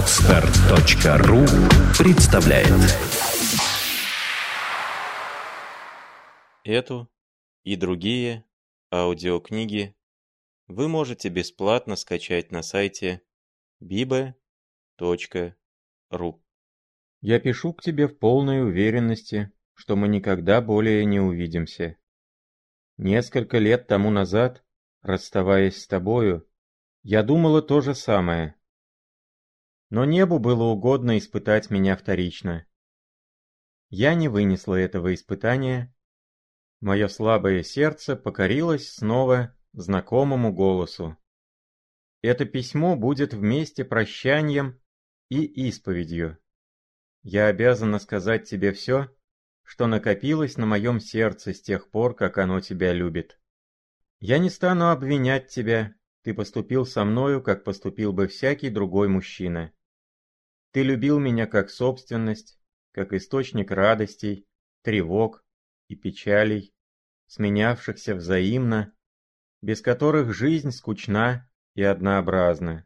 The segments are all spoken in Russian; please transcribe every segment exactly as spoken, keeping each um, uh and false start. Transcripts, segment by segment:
Подстар точка ру представляет. Эту и другие аудиокниги вы можете бесплатно скачать на сайте библиотека точка ру. Я пишу к тебе в полной уверенности, что мы никогда более не увидимся. Несколько лет тому назад, расставаясь с тобою, я думала то же самое. Но небу было угодно испытать меня вторично. Я не вынесла этого испытания. Мое слабое сердце покорилось снова знакомому голосу. Это письмо будет вместе прощанием и исповедью. Я обязана сказать тебе все, что накопилось на моем сердце с тех пор, как оно тебя любит. Я не стану обвинять тебя, ты поступил со мною, как поступил бы всякий другой мужчина. Ты любил меня как собственность, как источник радостей, тревог и печалей, сменявшихся взаимно, без которых жизнь скучна и однообразна.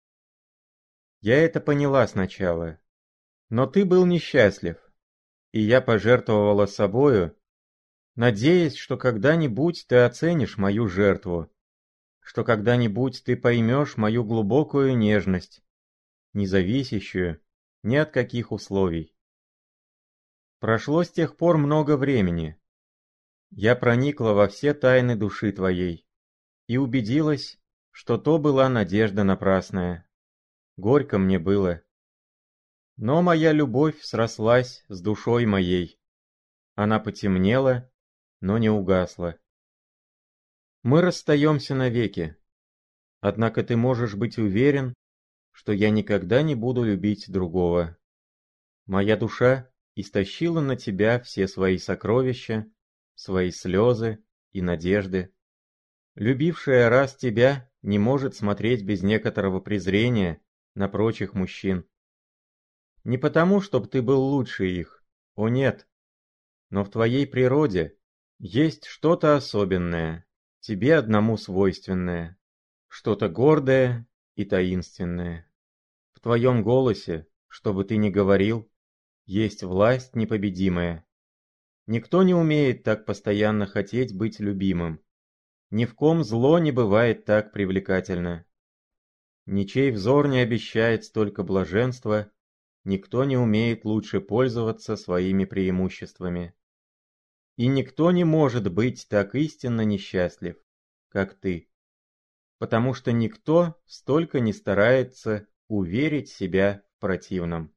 Я это поняла сначала, но ты был несчастлив, и я пожертвовала собою, надеясь, что когда-нибудь ты оценишь мою жертву, что когда-нибудь ты поймешь мою глубокую нежность, не зависящую ни от каких условий. Прошло с тех пор много времени. Я проникла во все тайны души твоей и убедилась, что то была надежда напрасная. Горько мне было. Но моя любовь срослась с душой моей. Она потемнела, но не угасла. Мы расстаемся навеки. Однако ты можешь быть уверен, что я никогда не буду любить другого. Моя душа истощила на тебя все свои сокровища, свои слезы и надежды. Любившая раз тебя не может смотреть без некоторого презрения на прочих мужчин. Не потому, чтоб ты был лучше их, о нет, но в твоей природе есть что-то особенное, тебе одному свойственное, что-то гордое и таинственное. В твоем голосе, что бы ты ни говорил, есть власть непобедимая. Никто не умеет так постоянно хотеть быть любимым. Ни в ком зло не бывает так привлекательно. Ничей взор не обещает столько блаженства, никто не умеет лучше пользоваться своими преимуществами. И никто не может быть так истинно несчастлив, как ты, потому что никто столько не старается уверить себя в противном.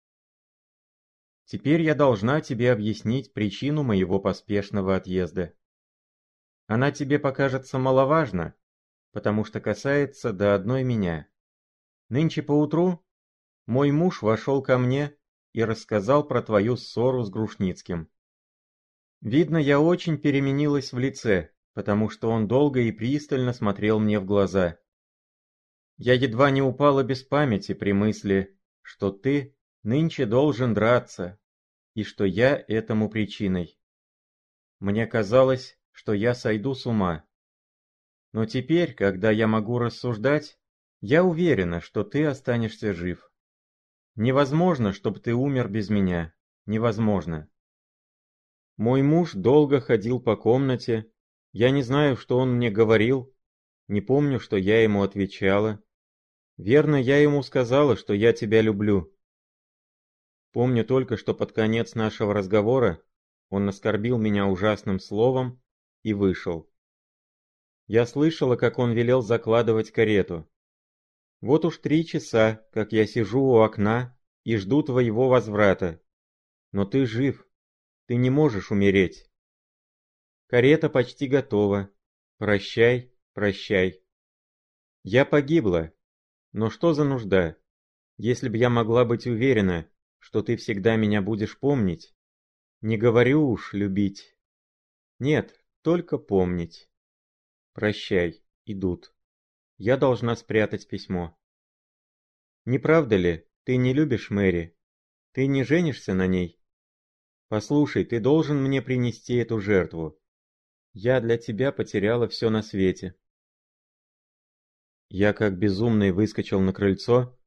Теперь я должна тебе объяснить причину моего поспешного отъезда. Она тебе покажется маловажна, потому что касается до одной меня. Нынче поутру мой муж вошел ко мне и рассказал про твою ссору с Грушницким. Видно, я очень переменилась в лице, потому что он долго и пристально смотрел мне в глаза. Я едва не упала без памяти при мысли, что ты нынче должен драться, и что я этому причиной. Мне казалось, что я сойду с ума. Но теперь, когда я могу рассуждать, я уверена, что ты останешься жив. Невозможно, чтобы ты умер без меня. Невозможно. Мой муж долго ходил по комнате. Я не знаю, что он мне говорил. Не помню, что я ему отвечала. Верно, я ему сказала, что я тебя люблю. Помню только, что под конец нашего разговора он оскорбил меня ужасным словом и вышел. Я слышала, как он велел закладывать карету. Вот уж три часа, как я сижу у окна и жду твоего возврата. Но ты жив, ты не можешь умереть. Карета почти готова. Прощай, прощай. Я погибла. Но что за нужда? Если б я могла быть уверена, что ты всегда меня будешь помнить, не говорю уж любить. Нет, только помнить. Прощай, идут. Я должна спрятать письмо. Не правда ли, ты не любишь Мэри? Ты не женишься на ней? Послушай, ты должен мне принести эту жертву. Я для тебя потеряла все на свете. Я как безумный выскочил на крыльцо,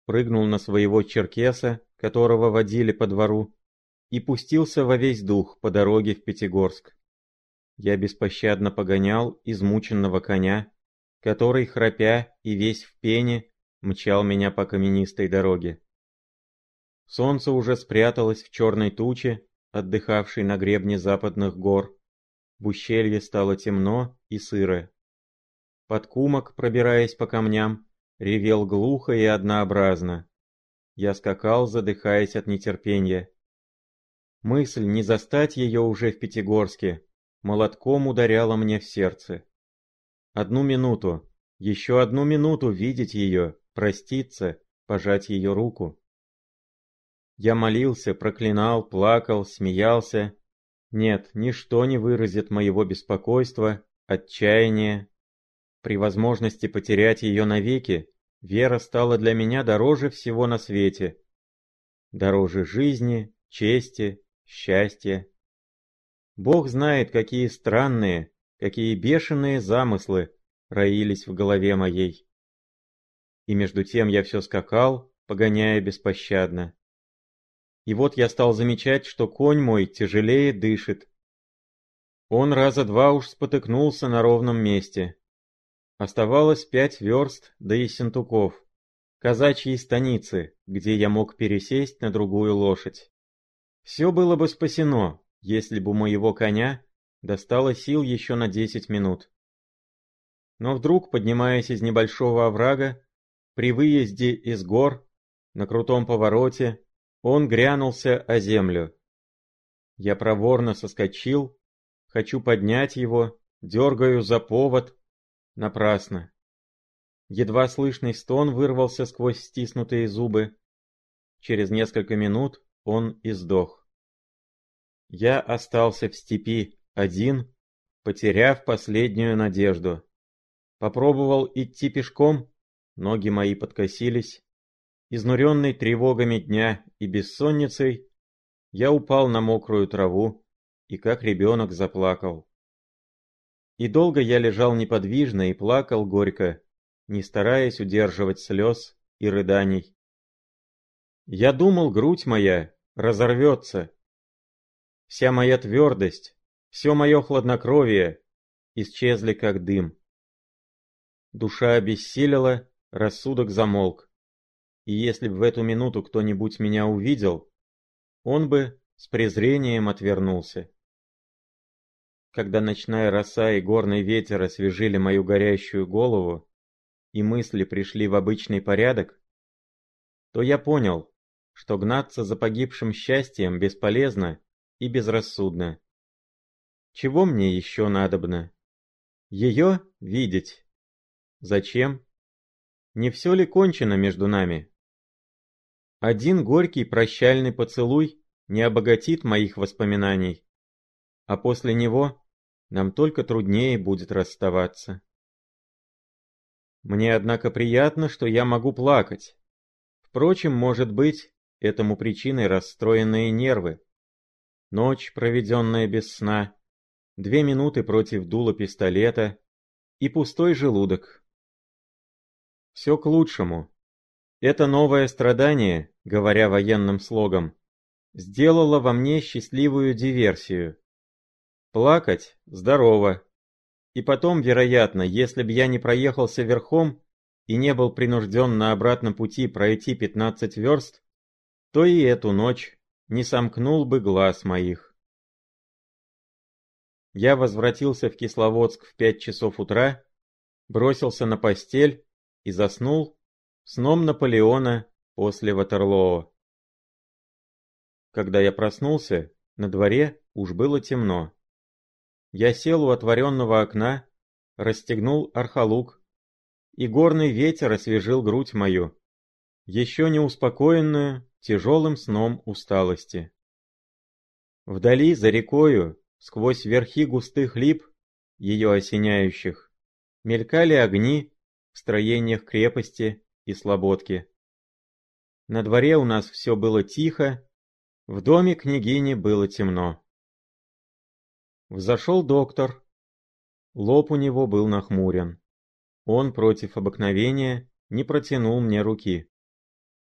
прыгнул на своего черкеса, которого водили по двору, и пустился во весь дух по дороге в Пятигорск. Я беспощадно погонял измученного коня, который, храпя и весь в пене, мчал меня по каменистой дороге. Солнце уже спряталось в черной туче, отдыхавшей на гребне западных гор. В ущелье стало темно и сыро. Подкумок, пробираясь по камням, ревел глухо и однообразно. Я скакал, задыхаясь от нетерпения. Мысль не застать ее уже в Пятигорске молотком ударяла мне в сердце. Одну минуту, еще одну минуту видеть ее, проститься, пожать ее руку. Я молился, проклинал, плакал, смеялся. Нет, ничто не выразит моего беспокойства, отчаяния. При возможности потерять ее навеки, вера стала для меня дороже всего на свете. Дороже жизни, чести, счастья. Бог знает, какие странные, какие бешеные замыслы роились в голове моей. И между тем я все скакал, погоняя беспощадно. И вот я стал замечать, что конь мой тяжелее дышит. Он раза два уж спотыкнулся на ровном месте. Оставалось пять верст до Ессентуков, казачьей станицы, где я мог пересесть на другую лошадь. Все было бы спасено, если бы у моего коня достало сил еще на десять минут. Но вдруг, поднимаясь из небольшого оврага, при выезде из гор, на крутом повороте, он грянулся о землю. Я проворно соскочил, хочу поднять его, дергаю за повод. Напрасно. Едва слышный стон вырвался сквозь стиснутые зубы. Через несколько минут он издох. Я остался в степи один, потеряв последнюю надежду. Попробовал идти пешком, ноги мои подкосились. Изнуренный тревогами дня и бессонницей, я упал на мокрую траву и как ребенок заплакал. И долго я лежал неподвижно и плакал горько, не стараясь удерживать слез и рыданий. Я думал, грудь моя разорвется. Вся моя твердость, все мое хладнокровие исчезли как дым. Душа обессилела, рассудок замолк. И если бы в эту минуту кто-нибудь меня увидел, он бы с презрением отвернулся. Когда ночная роса и горный ветер освежили мою горящую голову, и мысли пришли в обычный порядок, то я понял, что гнаться за погибшим счастьем бесполезно и безрассудно. Чего мне еще надобно? Ее видеть. Зачем? Не все ли кончено между нами? Один горький прощальный поцелуй не обогатит моих воспоминаний, а после него нам только труднее будет расставаться. Мне, однако, приятно, что я могу плакать. Впрочем, может быть, этому причиной расстроенные нервы. Ночь, проведенная без сна, две минуты против дула пистолета и пустой желудок. Все к лучшему. Это новое страдание, говоря военным слогом, сделало во мне счастливую диверсию. Плакать – здорово. И потом, вероятно, если б я не проехался верхом и не был принужден на обратном пути пройти пятнадцать верст, то и эту ночь не сомкнул бы глаз моих. Я возвратился в Кисловодск в пять часов утра, бросился на постель и заснул сном Наполеона после Ватерлоо. Когда я проснулся, на дворе уж было темно. Я сел у отворенного окна, расстегнул архалук, и горный ветер освежил грудь мою, еще не успокоенную тяжелым сном усталости. Вдали, за рекою, сквозь верхи густых лип, ее осеняющих, мелькали огни в строениях крепости и слободки. На дворе у нас все было тихо, в доме княгини было темно. Взошел доктор. Лоб у него был нахмурен. Он против обыкновения не протянул мне руки.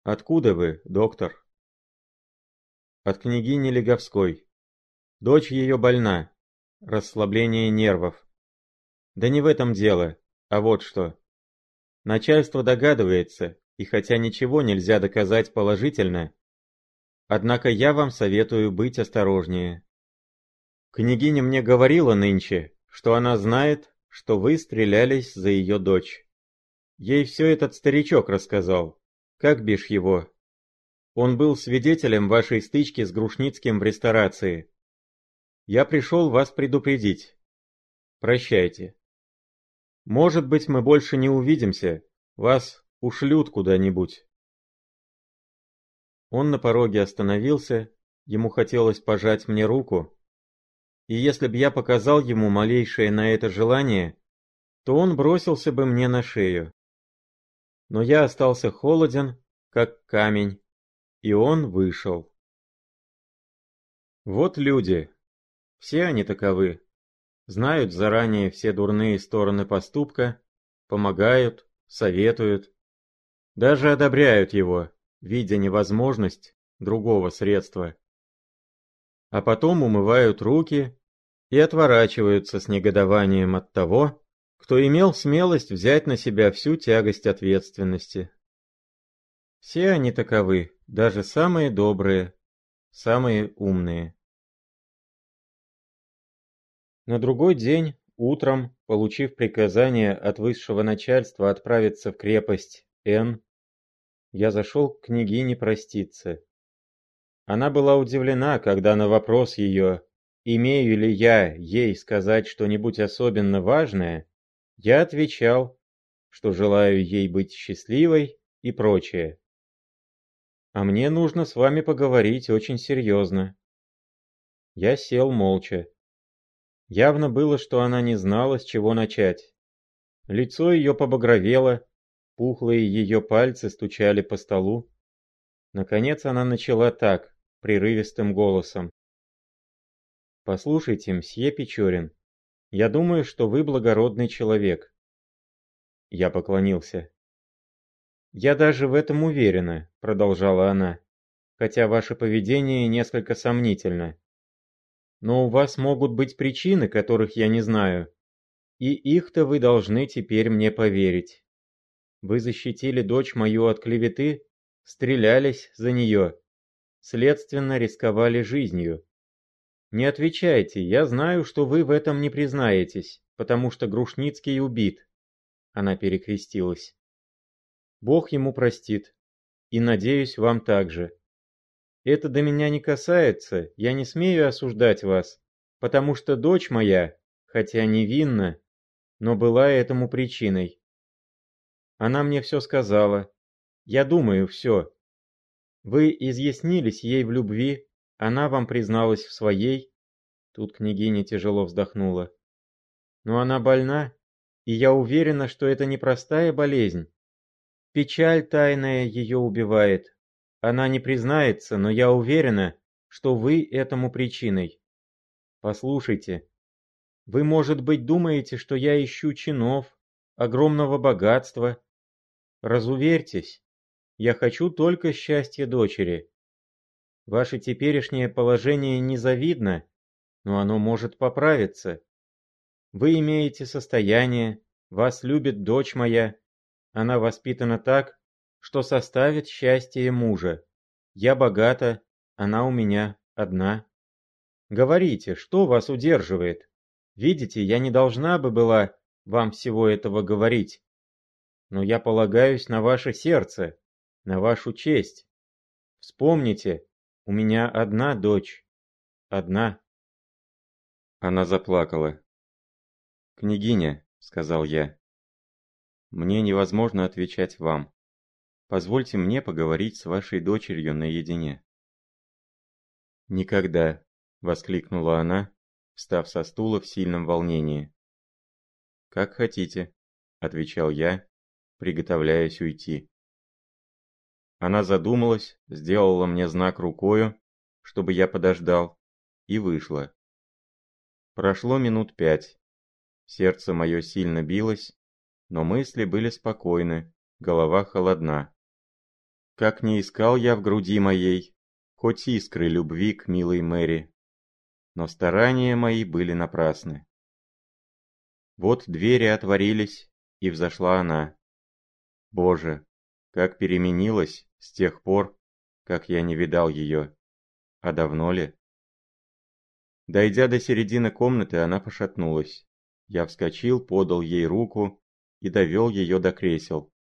Откуда вы, доктор? От княгини Леговской. Дочь ее больна. Расслабление нервов. Да не в этом дело, а вот что. Начальство догадывается, и хотя ничего нельзя доказать положительно, однако я вам советую быть осторожнее. Княгиня мне говорила нынче, что она знает, что вы стрелялись за ее дочь. Ей все этот старичок рассказал. Как бишь его? Он был свидетелем вашей стычки с Грушницким в ресторации. Я пришел вас предупредить. Прощайте. Может быть, мы больше не увидимся, вас ушлют куда-нибудь. Он на пороге остановился, ему хотелось пожать мне руку, и если б я показал ему малейшее на это желание, то он бросился бы мне на шею. Но я остался холоден, как камень, и он вышел. Вот люди, все они таковы, знают заранее все дурные стороны поступка, помогают, советуют, даже одобряют его, видя невозможность другого средства. А потом умывают руки и отворачиваются с негодованием от того, кто имел смелость взять на себя всю тягость ответственности. Все они таковы, даже самые добрые, самые умные. На другой день, утром, получив приказание от высшего начальства отправиться в крепость Н, я зашел к княгине проститься. Она была удивлена, когда на вопрос ее, имею ли я ей сказать что-нибудь особенно важное, я отвечал, что желаю ей быть счастливой и прочее. А мне нужно с вами поговорить очень серьезно. Я сел молча. Явно было, что она не знала, с чего начать. Лицо ее побагровело, пухлые ее пальцы стучали по столу. Наконец она начала так, прерывистым голосом. «Послушайте, мсье Печорин, я думаю, что вы благородный человек». Я поклонился. «Я даже в этом уверена», — продолжала она, «хотя ваше поведение несколько сомнительно. Но у вас могут быть причины, которых я не знаю, и их-то вы должны теперь мне поверить. Вы защитили дочь мою от клеветы, стрелялись за нее, следственно рисковали жизнью. Не отвечайте, я знаю, что вы в этом не признаетесь, потому что Грушницкий убит». Она перекрестилась. «Бог ему простит, и, надеюсь, вам также. Это до меня не касается, я не смею осуждать вас, потому что дочь моя, хотя невинна, но была этому причиной. Она мне все сказала. Я думаю, все. Вы изъяснились ей в любви, она вам призналась в своей». Тут княгиня тяжело вздохнула. «Но она больна, и я уверена, что это непростая болезнь. Печаль тайная ее убивает. Она не признается, но я уверена, что вы этому причиной. Послушайте, вы, может быть, думаете, что я ищу чинов, огромного богатства. Разуверьтесь, я хочу только счастья дочери. Ваше теперешнее положение незавидно, но оно может поправиться. Вы имеете состояние, вас любит дочь моя, она воспитана так, что составит счастье мужа. Я богата, она у меня одна. Говорите, что вас удерживает? Видите, я не должна бы была вам всего этого говорить. Но я полагаюсь на ваше сердце, на вашу честь. Вспомните, у меня одна дочь. Одна». Она заплакала. «Княгиня», — сказал я, — «мне невозможно отвечать вам. Позвольте мне поговорить с вашей дочерью наедине». «Никогда», — воскликнула она, встав со стула в сильном волнении. «Как хотите», — отвечал я, приготовляясь уйти. Она задумалась, сделала мне знак рукою, чтобы я подождал, и вышла. Прошло минут пять. Сердце мое сильно билось, но мысли были спокойны, голова холодна. как не искал я в груди моей хоть искры любви к милой Мэри, но старания мои были напрасны. Вот двери отворились, и взошла она. Боже, как переменилась с тех пор, как я не видал ее. А давно ли? Дойдя до середины комнаты, она пошатнулась. Я вскочил, подал ей руку и довел ее до кресел.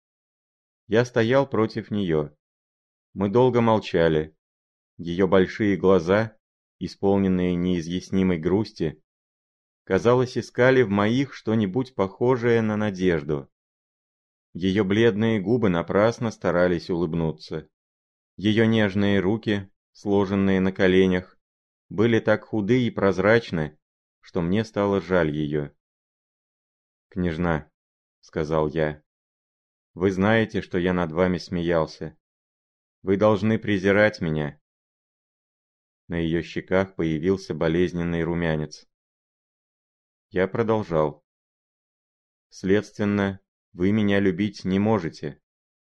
Я стоял против нее. Мы долго молчали. Ее большие глаза, исполненные неизъяснимой грусти, казалось, искали в моих что-нибудь похожее на надежду. Ее бледные губы напрасно старались улыбнуться. Ее нежные руки, сложенные на коленях, были так худы и прозрачны, что мне стало жаль ее. «Княжна», — сказал я, — «вы знаете, что я над вами смеялся. Вы должны презирать меня». На ее щеках появился болезненный румянец. Я продолжал. «Следственно, вы меня любить не можете».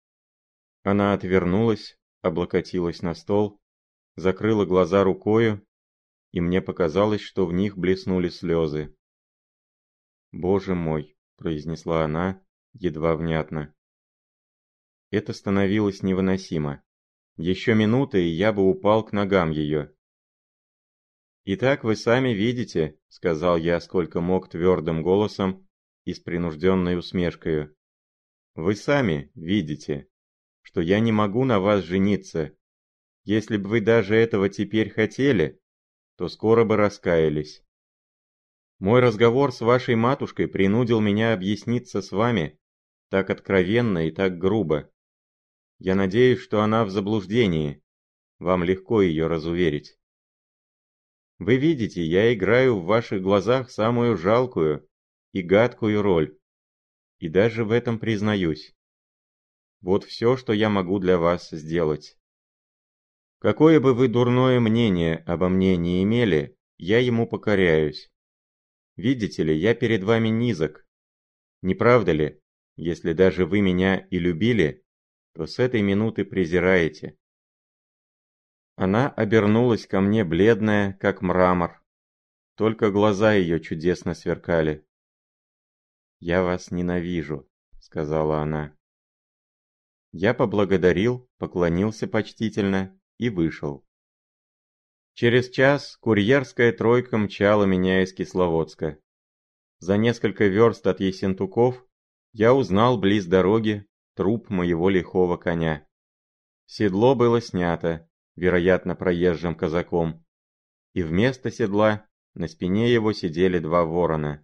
Она отвернулась, облокотилась на стол, закрыла глаза рукою, и мне показалось, что в них блеснули слезы. «Боже мой», — произнесла она, едва внятно. Это становилось невыносимо. Еще минута, и я бы упал к ногам ее. «Итак, вы сами видите», — сказал я, сколько мог твердым голосом и с принужденной усмешкою. «Вы сами видите, что я не могу на вас жениться. Если бы вы даже этого теперь хотели, то скоро бы раскаялись. Мой разговор с вашей матушкой принудил меня объясниться с вами так откровенно и так грубо. Я надеюсь, что она в заблуждении. Вам легко ее разуверить. Вы видите, я играю в ваших глазах самую жалкую и гадкую роль. И даже в этом признаюсь. Вот все, что я могу для вас сделать. Какое бы вы дурное мнение обо мне не имели, я ему покоряюсь. Видите ли, я перед вами низок. Не правда ли, если даже вы меня и любили, то с этой минуты презираете?» Она обернулась ко мне бледная, как мрамор. Только глаза ее чудесно сверкали. «Я вас ненавижу», — сказала она. Я поблагодарил, поклонился почтительно и вышел. Через час курьерская тройка мчала меня из Кисловодска. За несколько верст от Ессентуков я узнал близ дороги труп моего лихого коня. Седло было снято, вероятно, проезжим казаком, и вместо седла на спине его сидели два ворона.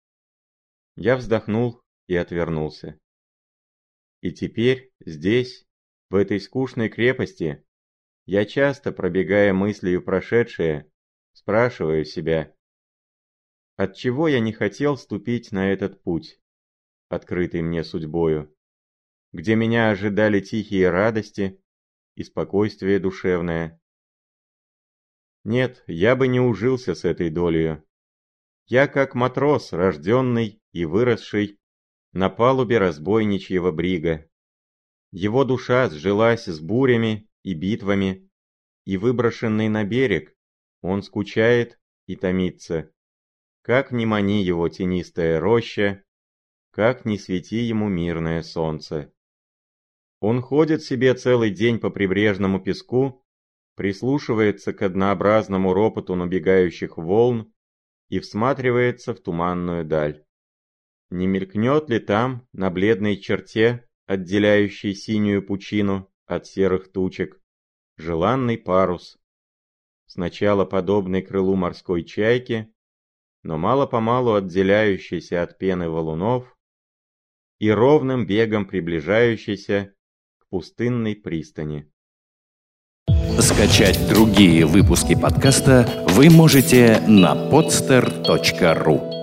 Я вздохнул и отвернулся. И теперь, здесь, в этой скучной крепости, я часто, пробегая мыслью прошедшее, спрашиваю себя, отчего я не хотел ступить на этот путь, открытый мне судьбою, где меня ожидали тихие радости и спокойствие душевное. Нет, я бы не ужился с этой долею. Я как матрос, рожденный и выросший на палубе разбойничьего брига. Его душа сжилась с бурями и битвами, и выброшенный на берег, он скучает и томится. Как ни мани его тенистая роща, как ни свети ему мирное солнце. Он ходит себе целый день по прибрежному песку, прислушивается к однообразному ропоту набегающих волн и всматривается в туманную даль. Не мелькнет ли там, на бледной черте, отделяющей синюю пучину от серых тучек, желанный парус, сначала подобный крылу морской чайки, но мало-помалу отделяющийся от пены валунов и ровным бегом приближающийся к пустынной пристани. Скачать другие выпуски подкаста вы можете на podster точка ру.